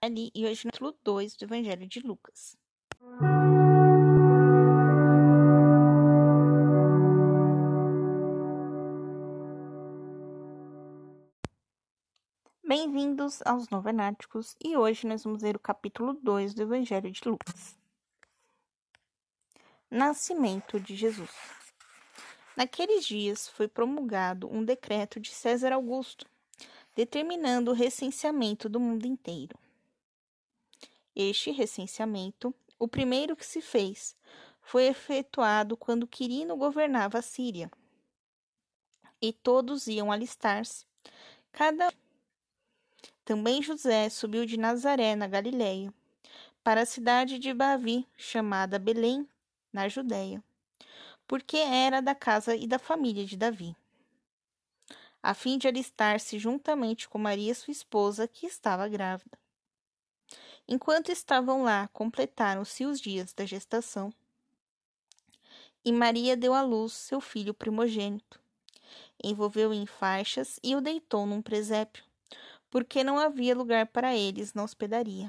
Ali, e hoje no capítulo 2 do Evangelho de Lucas. Bem-vindos aos Novenáticos, e hoje nós vamos ler o capítulo 2 do Evangelho de Lucas. Nascimento de Jesus. Naqueles dias foi promulgado um decreto de César Augusto, determinando o recenseamento do mundo inteiro. Este recenseamento, o primeiro que se fez, foi efetuado quando Quirino governava a Síria. E todos iam alistar-se, cada Também José subiu de Nazaré, na Galiléia, para a cidade de Davi, chamada Belém, na Judéia, porque era da casa e da família de Davi, a fim de alistar-se juntamente com Maria, sua esposa, que estava grávida. Enquanto estavam lá, completaram-se os dias da gestação, e Maria deu à luz seu filho primogênito. Envolveu-o em faixas e o deitou num presépio, porque não havia lugar para eles na hospedaria.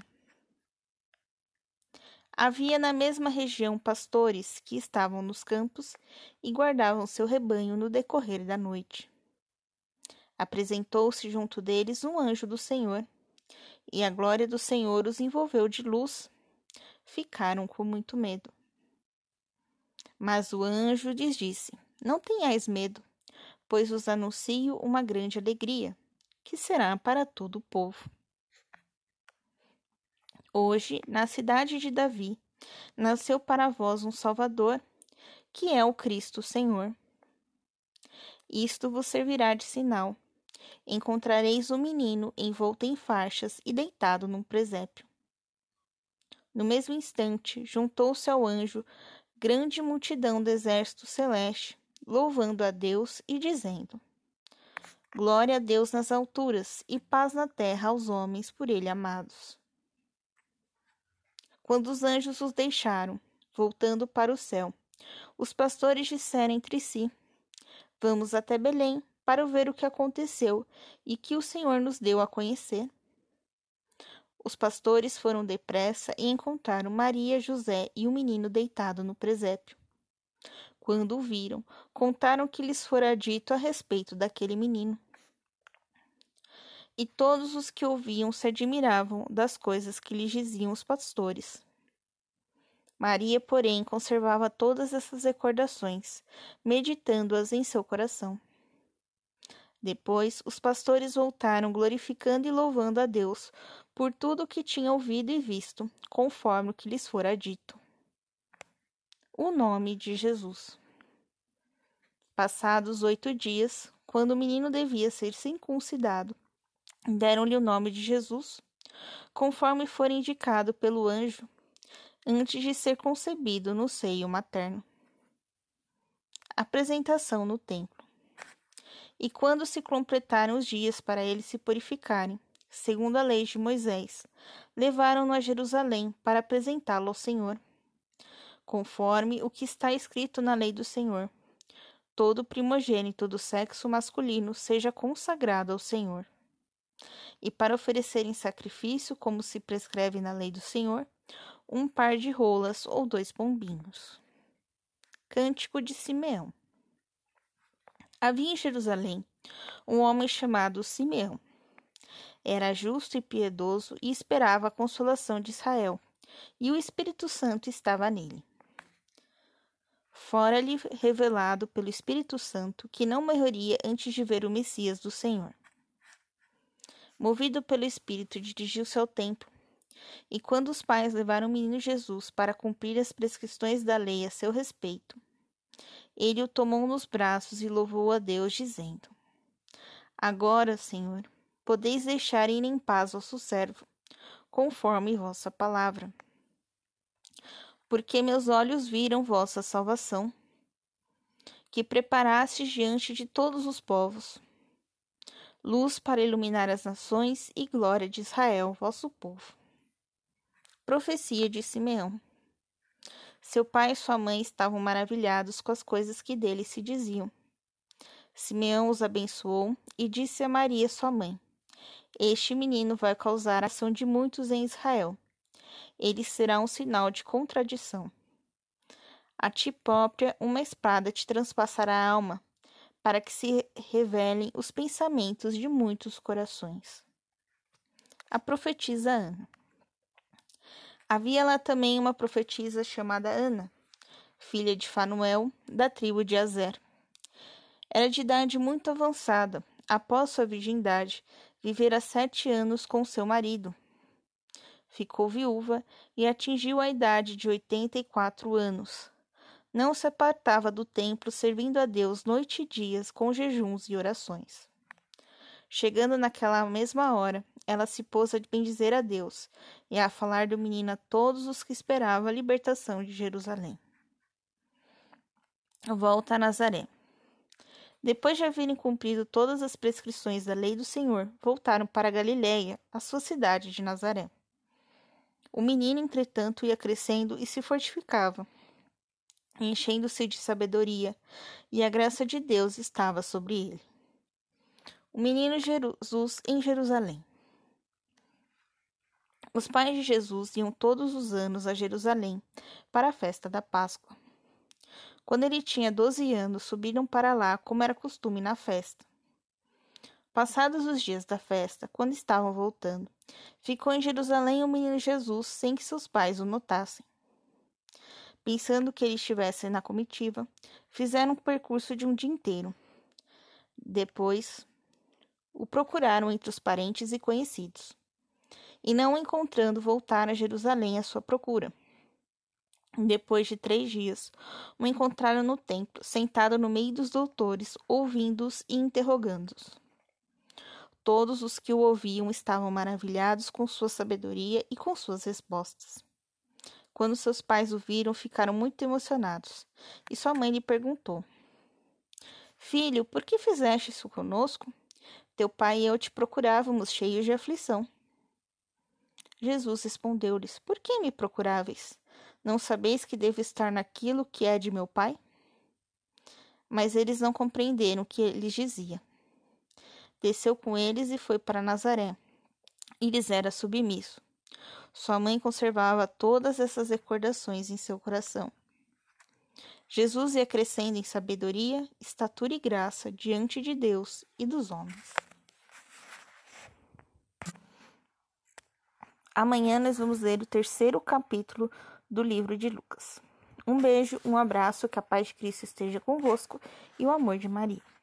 Havia na mesma região pastores que estavam nos campos e guardavam seu rebanho no decorrer da noite. Apresentou-se junto deles um anjo do Senhor, e a glória do Senhor os envolveu de luz. Ficaram com muito medo. Mas o anjo lhes disse: Não tenhais medo, pois vos anuncio uma grande alegria, que será para todo o povo. Hoje, na cidade de Davi, nasceu para vós um Salvador, que é o Cristo Senhor. Isto vos servirá de sinal. Encontrareis um menino envolto em faixas e deitado num presépio. No mesmo instante, juntou-se ao anjo grande multidão do exército celeste, louvando a Deus e dizendo: Glória a Deus nas alturas e paz na terra aos homens por ele amados. Quando os anjos os deixaram, voltando para o céu, os pastores disseram entre si: Vamos até Belém para ver o que aconteceu e que o Senhor nos deu a conhecer. Os pastores foram depressa e encontraram Maria, José e o menino deitado no presépio. Quando o viram, contaram o que lhes fora dito a respeito daquele menino. E todos os que ouviam se admiravam das coisas que lhes diziam os pastores. Maria, porém, conservava todas essas recordações, meditando-as em seu coração. Depois, os pastores voltaram, glorificando e louvando a Deus por tudo o que tinham ouvido e visto, conforme o que lhes fora dito. O nome de Jesus. Passados 8 dias, quando o menino devia ser circuncidado, deram-lhe o nome de Jesus, conforme fora indicado pelo anjo, antes de ser concebido no seio materno. Apresentação no templo. E quando se completaram os dias para eles se purificarem, segundo a lei de Moisés, levaram-no a Jerusalém para apresentá-lo ao Senhor, conforme o que está escrito na lei do Senhor. Todo primogênito do sexo masculino seja consagrado ao Senhor. E para oferecerem sacrifício, como se prescreve na lei do Senhor, um par de rolas ou 2 pombinhos. Cântico de Simeão. Havia em Jerusalém um homem chamado Simeão. Era justo e piedoso e esperava a consolação de Israel, e o Espírito Santo estava nele. Fora-lhe revelado pelo Espírito Santo que não morreria antes de ver o Messias do Senhor. Movido pelo Espírito, dirigiu-se ao templo, e quando os pais levaram o menino Jesus para cumprir as prescrições da lei a seu respeito, ele o tomou nos braços e louvou a Deus, dizendo: Agora, Senhor, podeis deixar ir em paz vosso servo, conforme vossa palavra. Porque meus olhos viram vossa salvação, que preparastes diante de todos os povos, luz para iluminar as nações e glória de Israel, vosso povo. Profecia de Simeão. Seu pai e sua mãe estavam maravilhados com as coisas que dele se diziam. Simeão os abençoou e disse a Maria, sua mãe: Este menino vai causar a ação de muitos em Israel. Ele será um sinal de contradição. A ti própria uma espada te transpassará a alma, para que se revelem os pensamentos de muitos corações. A profetisa Ana. Havia lá também uma profetisa chamada Ana, filha de Fanuel, da tribo de Azer. Era de idade muito avançada. Após sua virgindade, vivera 7 anos com seu marido. Ficou viúva e atingiu a idade de 84 anos. Não se apartava do templo, servindo a Deus noite e dias com jejuns e orações. Chegando naquela mesma hora, ela se pôs a bendizer a Deus e a falar do menino a todos os que esperavam a libertação de Jerusalém. Volta a Nazaré. Depois de haverem cumprido todas as prescrições da lei do Senhor, voltaram para Galiléia, a sua cidade de Nazaré. O menino, entretanto, ia crescendo e se fortificava, enchendo-se de sabedoria, e a graça de Deus estava sobre ele. O menino Jesus em Jerusalém. Os pais de Jesus iam todos os anos a Jerusalém para a festa da Páscoa. Quando ele tinha 12 anos, subiram para lá, como era costume na festa. Passados os dias da festa, quando estavam voltando, ficou em Jerusalém o menino Jesus, sem que seus pais o notassem. Pensando que ele estivesse na comitiva, fizeram um percurso de um dia inteiro. Depois, o procuraram entre os parentes e conhecidos. E não o encontrando, voltaram a Jerusalém à sua procura. Depois de 3 dias, o encontraram no templo, sentado no meio dos doutores, ouvindo-os e interrogando-os. Todos os que o ouviam estavam maravilhados com sua sabedoria e com suas respostas. Quando seus pais o viram, ficaram muito emocionados, e sua mãe lhe perguntou: Filho, por que fizeste isso conosco? Teu pai e eu te procurávamos, cheios de aflição. Jesus respondeu-lhes: Por que me procuráveis? Não sabeis que devo estar naquilo que é de meu pai? Mas eles não compreenderam o que ele lhes dizia. Desceu com eles e foi para Nazaré, e lhes era submisso. Sua mãe conservava todas essas recordações em seu coração. Jesus ia crescendo em sabedoria, estatura e graça diante de Deus e dos homens. Amanhã nós vamos ler o 3º capítulo do livro de Lucas. Um beijo, um abraço, que a paz de Cristo esteja convosco e o amor de Maria.